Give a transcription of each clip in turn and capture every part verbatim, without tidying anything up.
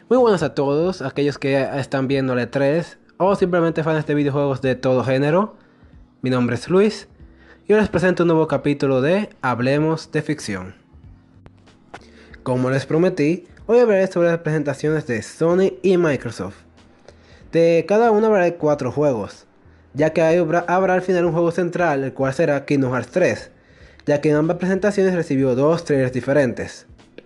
Muy buenas a todos, aquellos que están viendo el E tres o simplemente fans de videojuegos de todo género. Mi nombre es Luis y hoy les presento un nuevo capítulo de Hablemos de Ficción. Como les prometí, hoy hablaré sobre las presentaciones de Sony y Microsoft. De cada una hablaré cuatro juegos, ya que habrá, habrá al final un juego central, el cual será Kingdom Hearts tres, ya que en ambas presentaciones recibió dos trailers diferentes.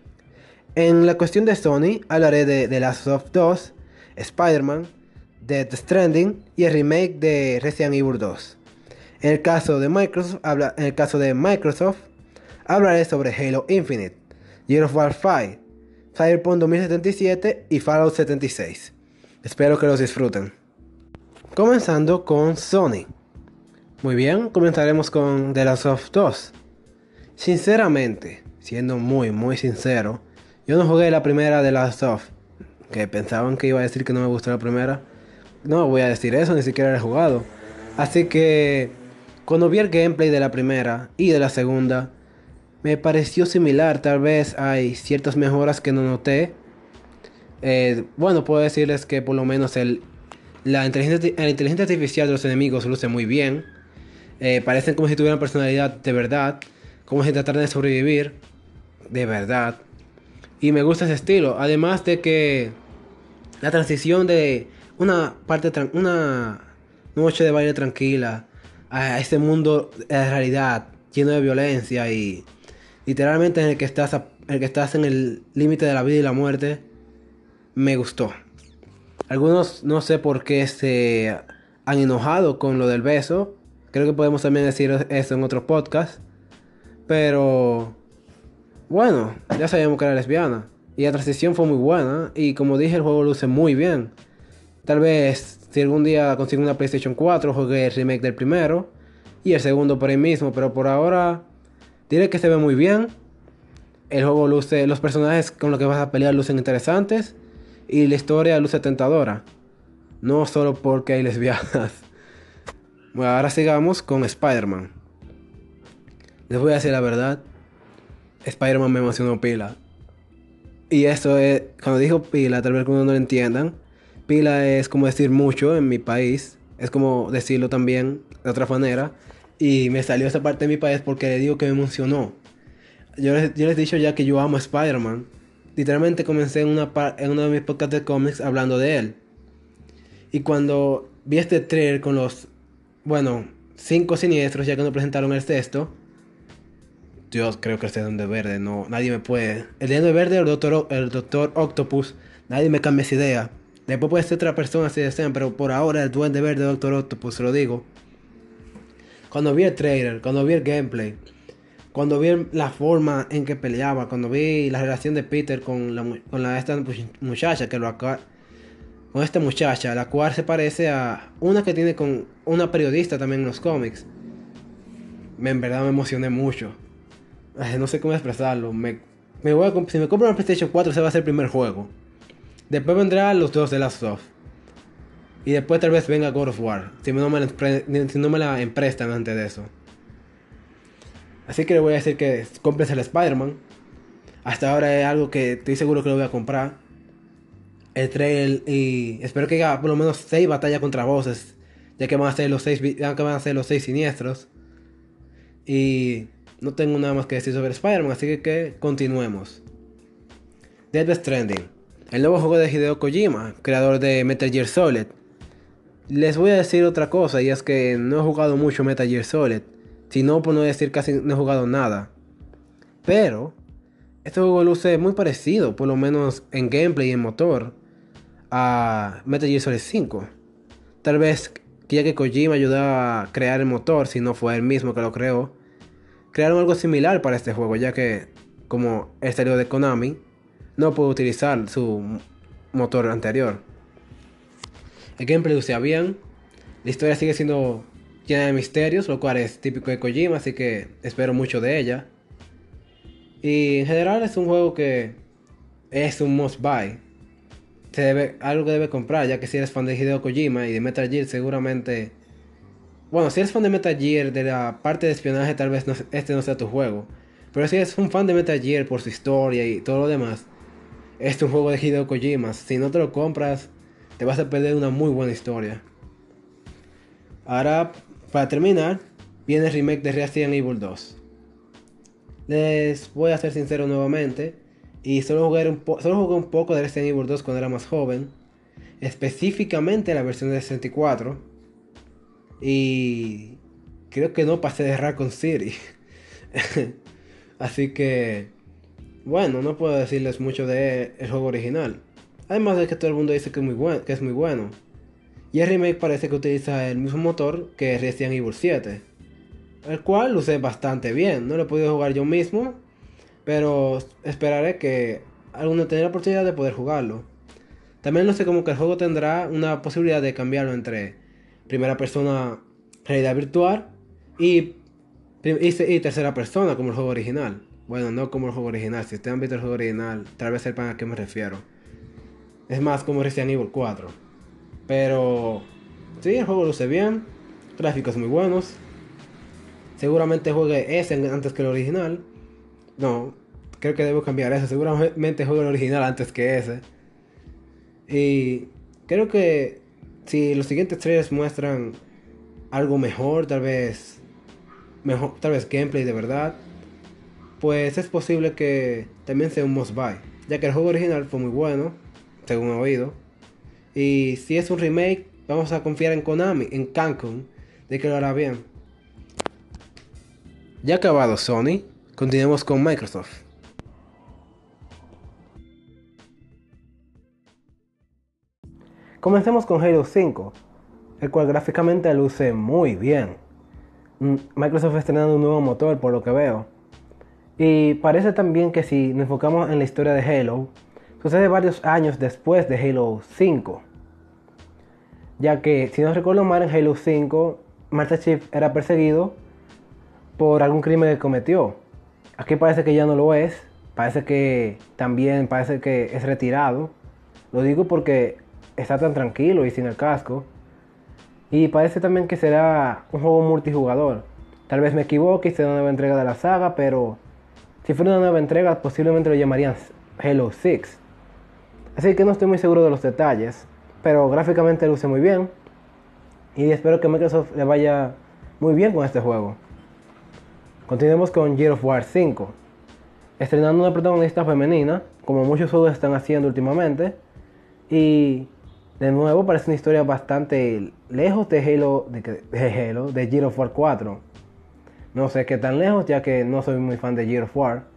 En la cuestión de Sony, hablaré de The Last of Us dos, Spider-Man, Death Stranding y el remake de Resident Evil dos. En el caso de Microsoft, habla, en el caso de Microsoft hablaré sobre Halo Infinite, Gears of War cinco, Cyberpunk dos mil setenta y siete y Fallout setenta y seis. Espero que los disfruten. Comenzando con Sony. Muy bien, comenzaremos con The Last of Us dos. Sinceramente, siendo muy muy sincero, yo no jugué la primera de Last of Us, que pensaban que iba a decir que no me gustó la primera. No voy a decir eso, ni siquiera la he jugado. Así que cuando vi el gameplay de la primera y de la segunda, me pareció similar. Tal vez hay ciertas mejoras que no noté. Eh, bueno, puedo decirles que por lo menos el, la, inteligencia, la inteligencia artificial de los enemigos luce muy bien. Eh, parecen como si tuvieran personalidad de verdad, como si trataran de sobrevivir de verdad. Y me gusta ese estilo. Además de que la transición de una parte, tran- una noche de baile tranquila a este mundo de realidad lleno de violencia y literalmente en el que estás, a- en el que estás en el límite de la vida y la muerte, me gustó. Algunos no sé por qué se han enojado con lo del beso. Creo que podemos también decir eso en otro podcast. Pero bueno, ya sabíamos que era lesbiana. Y la transición fue muy buena. Y como dije, el juego luce muy bien. Tal vez si algún día consigo una PlayStation cuatro, juegue el remake del primero. Y el segundo por ahí mismo. Pero por ahora, diré que se ve muy bien. El juego luce, los personajes con los que vas a pelear lucen interesantes. Y la historia luce tentadora. No solo porque hay lesbianas. Bueno, ahora sigamos con Spider-Man. Les voy a decir la verdad. Spider-Man me emocionó pila. Y eso es, cuando digo pila, tal vez algunos no lo entiendan. Pila es como decir mucho en mi país. Es como decirlo también de otra manera. Y me salió esa parte de mi país porque le digo que me emocionó. Yo les, yo les he dicho ya que yo amo a Spider-Man. Literalmente comencé en, una par- en uno de mis podcasts de cómics hablando de él. Y cuando vi este trailer con los, bueno, cinco siniestros, ya que nos presentaron el sexto, Dios, creo que este es Duende Verde, no, nadie me puede. El Duende Verde, el Doctor, el Doctor Octopus, nadie me cambia esa idea. Después puede ser otra persona si desean, pero por ahora el Duende Verde, Doctor Octopus, se lo digo. Cuando vi el trailer, cuando vi el gameplay, cuando vi el- la forma en que peleaba, cuando vi la relación de Peter con la, mu- con la esta muchacha que lo acaba, con esta muchacha, la cual se parece a una que tiene con una periodista también en los cómics. Me, en verdad me emocioné mucho. Ay, no sé cómo expresarlo. Me, me voy a, comp- si me compro una PlayStation cuatro, ese va a ser el primer juego. Después vendrán los dos de Last of Us. Y después tal vez venga God of War. Si no me la, empre- si no me la emprestan antes de eso. Así que le voy a decir que compres el Spider-Man. Hasta ahora es algo que estoy seguro que lo voy a comprar. El trail y espero que haya por lo menos seis batallas contra bosses. Ya que van a ser los seis, vi- ya que van a ser los seis siniestros. Y no tengo nada más que decir sobre Spider-Man. Así que, que continuemos. Death Stranding, el nuevo juego de Hideo Kojima, creador de Metal Gear Solid. Les voy a decir otra cosa, y es que no he jugado mucho Metal Gear Solid. Si no, por no decir casi no he jugado nada. Pero, este juego luce muy parecido, por lo menos en gameplay y en motor, a Metal Gear Solid cinco. Tal vez, ya que Kojima ayudó a crear el motor, si no fue él mismo que lo creó, crearon algo similar para este juego, ya que, como el salió de Konami, no puede utilizar su motor anterior. El gameplay lucía bien, la historia sigue siendo llena de misterios, lo cual es típico de Kojima, así que espero mucho de ella. Y en general es un juego que es un must buy. Se debe, algo que debe comprar, ya que si eres fan de Hideo Kojima y de Metal Gear seguramente... Bueno, si eres fan de Metal Gear, de la parte de espionaje tal vez no- este no sea tu juego. Pero si eres un fan de Metal Gear por su historia y todo lo demás, Este es un juego de Hideo Kojima. Si no te lo compras, te vas a perder una muy buena historia. Ahora, para terminar, viene el remake de Resident Evil dos. Les voy a ser sincero nuevamente. Y solo jugué un, po solo jugué un poco de Resident Evil dos cuando era más joven. Específicamente la versión de sesenta y cuatro. Y creo que no pasé de Raccoon City. Así que, bueno, no puedo decirles mucho de el juego original. Además de que todo el mundo dice que es muy bueno, que es muy bueno. Y el remake parece que utiliza el mismo motor que Resident Evil siete, el cual luce bastante bien. No lo he podido jugar yo mismo, pero esperaré que alguno tenga la oportunidad de poder jugarlo. También no sé cómo que el juego tendrá una posibilidad de cambiarlo entre primera persona, realidad virtual y, y, y tercera persona como el juego original. Bueno, no como el juego original. Si ustedes han visto el juego original, tal vez sepan a qué me refiero. Es más como Resident Evil cuatro. Pero sí, el juego luce bien, gráficos muy buenos. Seguramente juegue ese antes que el original. No, creo que debo cambiar eso. Seguramente juegue el original antes que ese. Y creo que si los siguientes trailers muestran algo mejor, tal vez mejor, tal vez gameplay de verdad, pues es posible que también sea un must buy, ya que el juego original fue muy bueno, según he oído. Y si es un remake, vamos a confiar en Konami, en Capcom, de que lo hará bien. Ya acabado Sony, continuemos con Microsoft. Comencemos con Halo cinco, el cual gráficamente luce muy bien. Microsoft está estrenando un nuevo motor por lo que veo. Y parece también que si nos enfocamos en la historia de Halo, sucede varios años después de Halo cinco. Ya que, si no recuerdo mal, en Halo cinco, Master Chief era perseguido por algún crimen que cometió. Aquí parece que ya no lo es. Parece que también parece que es retirado. Lo digo porque está tan tranquilo y sin el casco. Y parece también que será un juego multijugador. Tal vez me equivoque y sea una nueva entrega de la saga, pero si fuera una nueva entrega posiblemente lo llamarían Halo seis. Así que no estoy muy seguro de los detalles, pero gráficamente luce muy bien. Y espero que Microsoft le vaya muy bien con este juego. Continuemos con Gears of War cinco. Estrenando una protagonista femenina, como muchos juegos están haciendo últimamente. Y de nuevo parece una historia bastante lejos de Halo, de, de Halo, de Gears of War cuatro. No sé qué tan lejos, ya que no soy muy fan de Gears of War.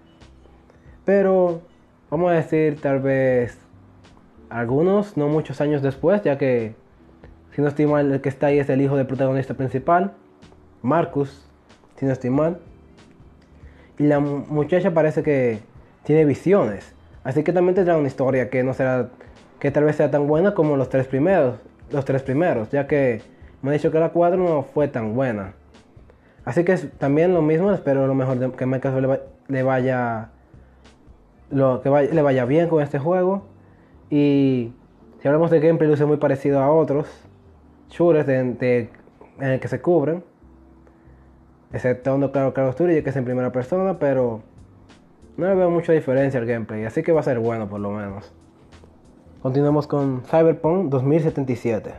Pero vamos a decir tal vez algunos, no muchos años después, ya que si no estoy mal, el que está ahí es el hijo del protagonista principal, Marcus, si no estoy mal. Y la muchacha parece que tiene visiones, así que también tendrá una historia que no será, que tal vez sea tan buena como los tres primeros, los tres primeros, ya que me han dicho que la cuatro no fue tan buena. Así que también lo mismo, espero lo mejor de, que Microsoft le, le vaya lo que vaya, le vaya bien con este juego. Y si hablamos de gameplay, luce muy parecido a otros shooters de, de, en el que se cubren, exceptuando claro Call of Duty, ya que es en primera persona, pero no le veo mucha diferencia al gameplay, así que va a ser bueno por lo menos. Continuamos con Cyberpunk dos mil setenta y siete.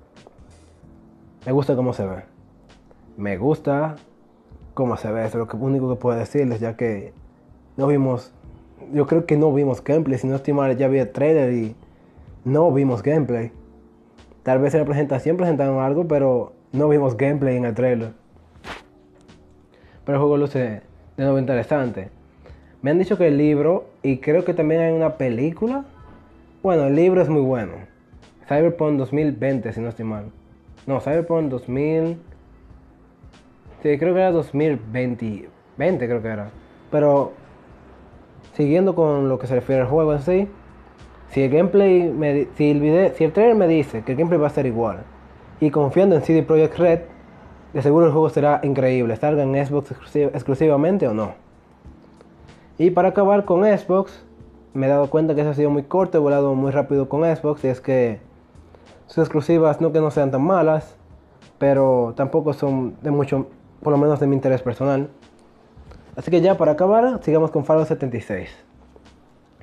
Me gusta cómo se ve. Me gusta cómo se ve, eso es lo único que puedo decirles, ya que no vimos, yo creo que no vimos gameplay, si no estoy mal ya vi el trailer y no vimos gameplay. Tal vez en la presentación presentaron algo, pero no vimos gameplay en el trailer. Pero el juego luce de nuevo interesante. Me han dicho que el libro, y creo que también hay una película. Bueno, el libro es muy bueno. Cyberpunk dos mil veinte, si no estoy mal. No, Cyberpunk dos mil... Sí, creo que era dos mil veinte. veinte creo que era. Pero, siguiendo con lo que se refiere al juego en sí, si el gameplay, me, si, el video, si el trailer me dice que el gameplay va a ser igual, y confiando en C D Projekt Red, de seguro el juego será increíble, salga en Xbox exclusiv, exclusivamente o no. Y para acabar con Xbox, me he dado cuenta que eso ha sido muy corto, he volado muy rápido con Xbox, y es que sus exclusivas no que no sean tan malas, pero tampoco son de mucho, por lo menos de mi interés personal. Así que ya para acabar, sigamos con Fallout setenta y seis.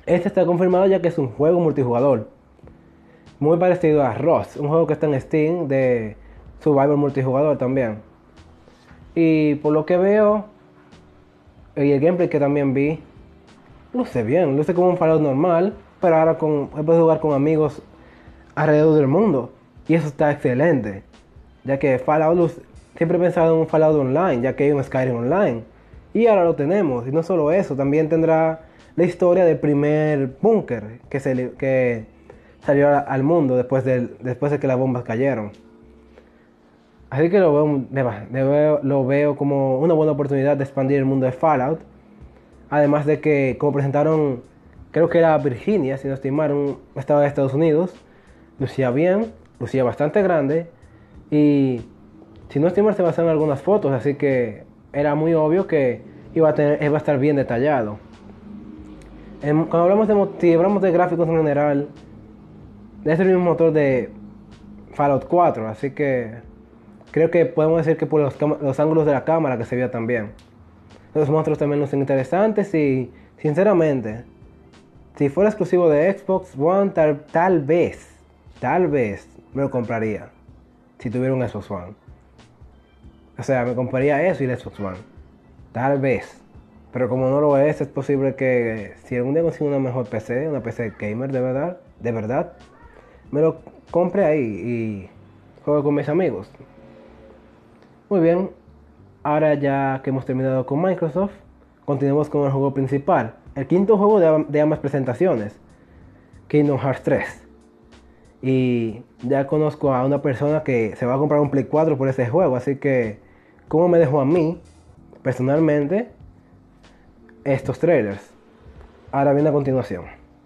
Este está confirmado ya que es un juego multijugador, muy parecido a Rust, un juego que está en Steam de Survivor multijugador también. Y por lo que veo, y el gameplay que también vi, luce bien, luce como un Fallout normal, pero ahora con, puedes jugar con amigos alrededor del mundo. Y eso está excelente, ya que Fallout, luce- siempre he pensado en un Fallout Online, ya que hay un Skyrim Online. Y ahora lo tenemos, y no solo eso, también tendrá la historia del primer búnker que, se, li- que salió a- al mundo después, del, después de que las bombas cayeron. Así que lo veo, de- de- veo- lo veo como una buena oportunidad de expandir el mundo de Fallout. Además de que, como presentaron, creo que era Virginia, si no estoy mal, un estado de Estados Unidos, lucía bien, lucía bastante grande. Y si no estoy mal, se basaron en algunas fotos, así que era muy obvio que iba a, tener, iba a estar bien detallado. En- cuando hablamos de, mo- si hablamos de gráficos en general, es el mismo motor de Fallout cuatro, así que creo que podemos decir que por los, cam- los ángulos de la cámara que se veía también. Los monstruos también lucen interesantes y, sinceramente, si fuera exclusivo de Xbox One, tal, tal vez, tal vez me lo compraría. Si tuviera un Xbox One. O sea, me compraría eso y el Xbox One. Tal vez. Pero como no lo es, es posible que si algún día consigo una mejor P C, una P C gamer de verdad, de verdad, me lo compre ahí y juego con mis amigos. Muy bien, ahora ya que hemos terminado con Microsoft, continuemos con el juego principal. El quinto juego de, de ambas presentaciones, Kingdom Hearts tres. Y ya conozco a una persona que se va a comprar un Play cuatro por ese juego, así que, ¿cómo me dejó a mí, personalmente, estos trailers? Ahora viene a continuación.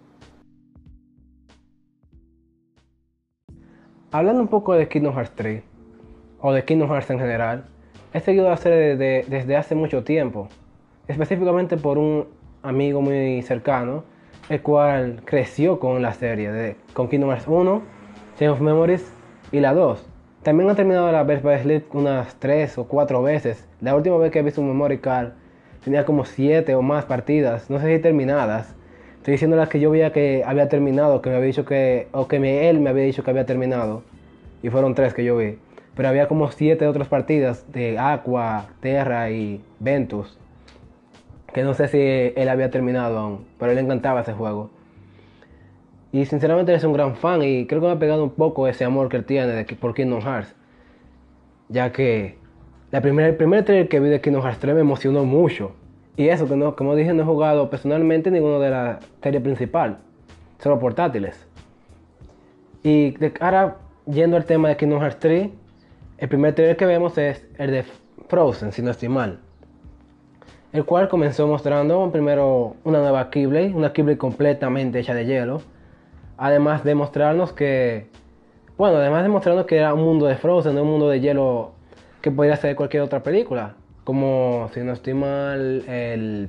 Hablando un poco de Kingdom Hearts tres, o de Kingdom Hearts en general, he seguido la serie de- desde hace mucho tiempo, específicamente por un amigo muy cercano, el cual creció con la serie, de, con Kingdom Hearts uno, Chain of Memories y la dos. También ha terminado la Birth by Sleep unas tres o cuatro veces. La última vez que he visto un memory card tenía como siete o más partidas, no sé si terminadas. Estoy diciendo las que yo veía que había terminado, que me había dicho que, o que me- él me había dicho que había terminado. Y fueron tres que yo vi. Pero había como siete otras partidas de Aqua, Terra y Ventus. Que no sé si él había terminado aún. Pero a él le encantaba ese juego. Y sinceramente él es un gran fan. Y creo que me ha pegado un poco ese amor que él tiene de, por Kingdom Hearts. Ya que la primera, el primer trailer que vi de Kingdom Hearts tres me emocionó mucho. Y eso, que no, como dije, no he jugado personalmente ninguno de la serie principal. Solo portátiles. Y de cara yendo al tema de Kingdom Hearts tres, el primer trailer que vemos es el de Frozen, si no estoy mal. El cual comenzó mostrando primero una nueva Keyblade, una Keyblade completamente hecha de hielo. Además de mostrarnos que, bueno, además de mostrarnos que era un mundo de Frozen, no un mundo de hielo que podría ser cualquier otra película. Como, si no estoy mal, el...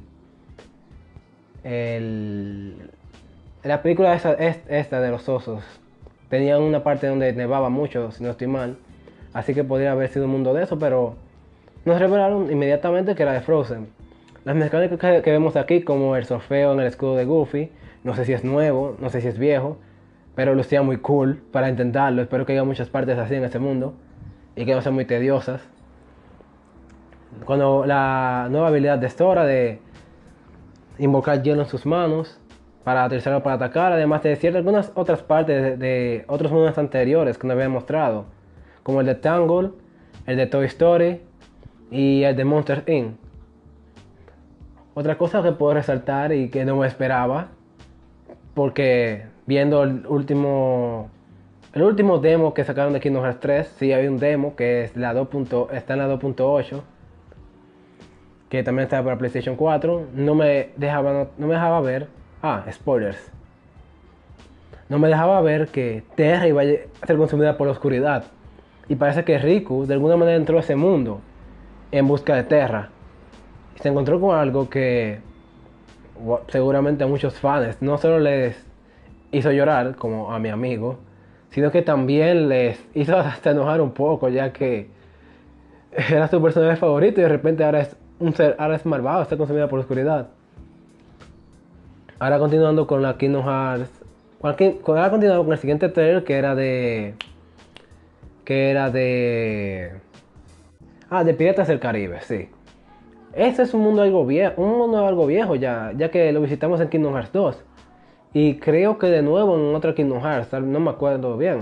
el la película esa, esta de los osos tenía una parte donde nevaba mucho, si no estoy mal. Así que podría haber sido un mundo de eso, pero nos revelaron inmediatamente que era de Frozen. Las mecánicas que, que vemos aquí, como el surfeo en el escudo de Goofy, no sé si es nuevo, no sé si es viejo, pero lucía muy cool para intentarlo. Espero que haya muchas partes así en este mundo y que no sean muy tediosas. Cuando la nueva habilidad de Sora de invocar hielo en sus manos para utilizarlo para atacar, además de decir algunas otras partes de, de otros mundos anteriores que nos habían mostrado, como el de Tangle, el de Toy Story y el de Monsters incorporated. Otra cosa que puedo resaltar y que no me esperaba, porque viendo el último el último demo que sacaron de Kingdom Hearts tres, sí hay un demo que es la dos. Está en la dos punto ocho, que también está para PlayStation cuatro. No me dejaba, no, no me dejaba ver, ah, spoilers. No me dejaba ver que Terra iba a ser consumida por la oscuridad. Y parece que Riku de alguna manera entró a ese mundo en busca de Terra. Y se encontró con algo que seguramente a muchos fans no solo les hizo llorar, como a mi amigo, sino que también les hizo hasta enojar un poco, ya que era su personaje favorito y de repente ahora es un ser, ahora es malvado, está consumido por la oscuridad. Ahora continuando con la Kingdom Hearts. Ahora continuando con el siguiente trailer que era de. Que era de. Ah, de Piratas del Caribe, sí. Este es un mundo algo viejo, un mundo algo viejo ya, ya que lo visitamos en Kingdom Hearts dos. Y creo que de nuevo en otro Kingdom Hearts, no me acuerdo bien.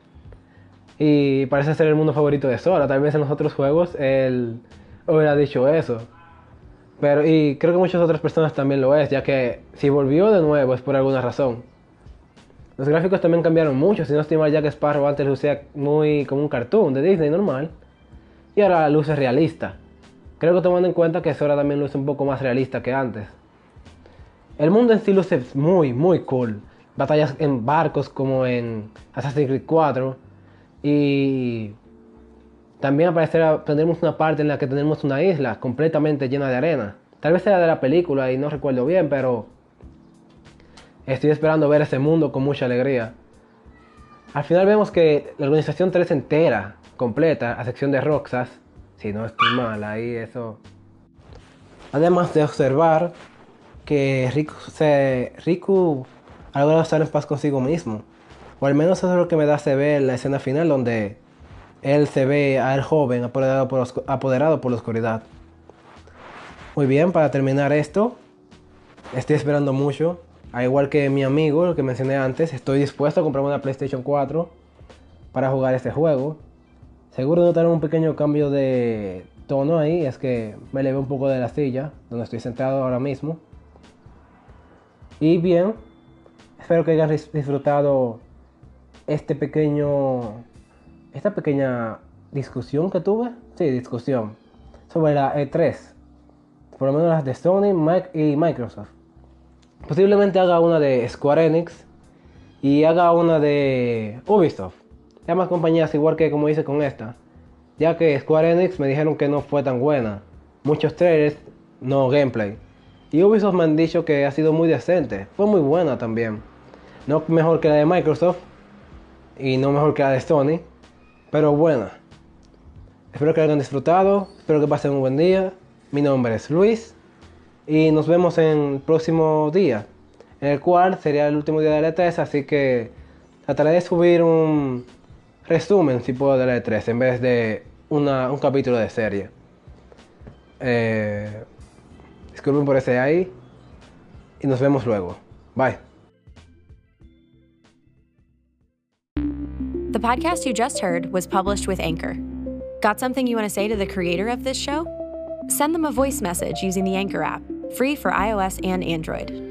Y parece ser el mundo favorito de Sora. Tal vez en los otros juegos él hubiera dicho eso. Pero, y creo que muchas otras personas también lo es, ya que si volvió de nuevo es por alguna razón. Los gráficos también cambiaron mucho. Si no estoy mal, Jack Sparrow antes lucía muy como un cartoon de Disney normal. Y ahora luce realista. Creo que tomando en cuenta que Sora también luce un poco más realista que antes. El mundo en sí luce muy, muy cool. Batallas en barcos como en Assassin's Creed cuatro. Y también aparecerá, tendremos una parte en la que tenemos una isla completamente llena de arena. Tal vez sea de la película y no recuerdo bien, pero estoy esperando ver ese mundo con mucha alegría. Al final vemos que la organización tres entera, completa, a sección de Roxas, si no estoy mal, ahí eso. Además de observar que Riku, se, Riku ha logrado estar en paz consigo mismo. O al menos eso es lo que me da se ve en la escena final donde él se ve a él joven apoderado por, apoderado por la oscuridad. Muy bien, para terminar esto, estoy esperando mucho. Al igual que mi amigo, el que mencioné antes, estoy dispuesto a comprar una PlayStation cuatro para jugar este juego. Seguro notaré un pequeño cambio de tono ahí, es que me elevé un poco de la silla donde estoy sentado ahora mismo. Y bien, espero que hayan disfrutado este pequeño, esta pequeña discusión que tuve, sí, discusión, sobre la E tres, por lo menos las de Sony y Microsoft. Posiblemente haga una de Square Enix y haga una de Ubisoft. Y ambas compañías, igual que como hice con esta, ya que Square Enix me dijeron que no fue tan buena, muchos trailers, no gameplay. Y Ubisoft me han dicho que ha sido muy decente, fue muy buena también. No mejor que la de Microsoft y no mejor que la de Sony, pero buena. Espero que lo hayan disfrutado, espero que pasen un buen día. Mi nombre es Luis y nos vemos en el próximo día, en el cual sería el último día de la E tres, así que trataré de subir un resumen, si puedo, de la E tres en vez de una, un capítulo de serie. Eh, disculpen por ese ahí y nos vemos luego. Bye. The podcast you just heard was published with Anchor. Got something you want to say to the creator of this show? Send them a voice message using the Anchor app, free for iOS and Android.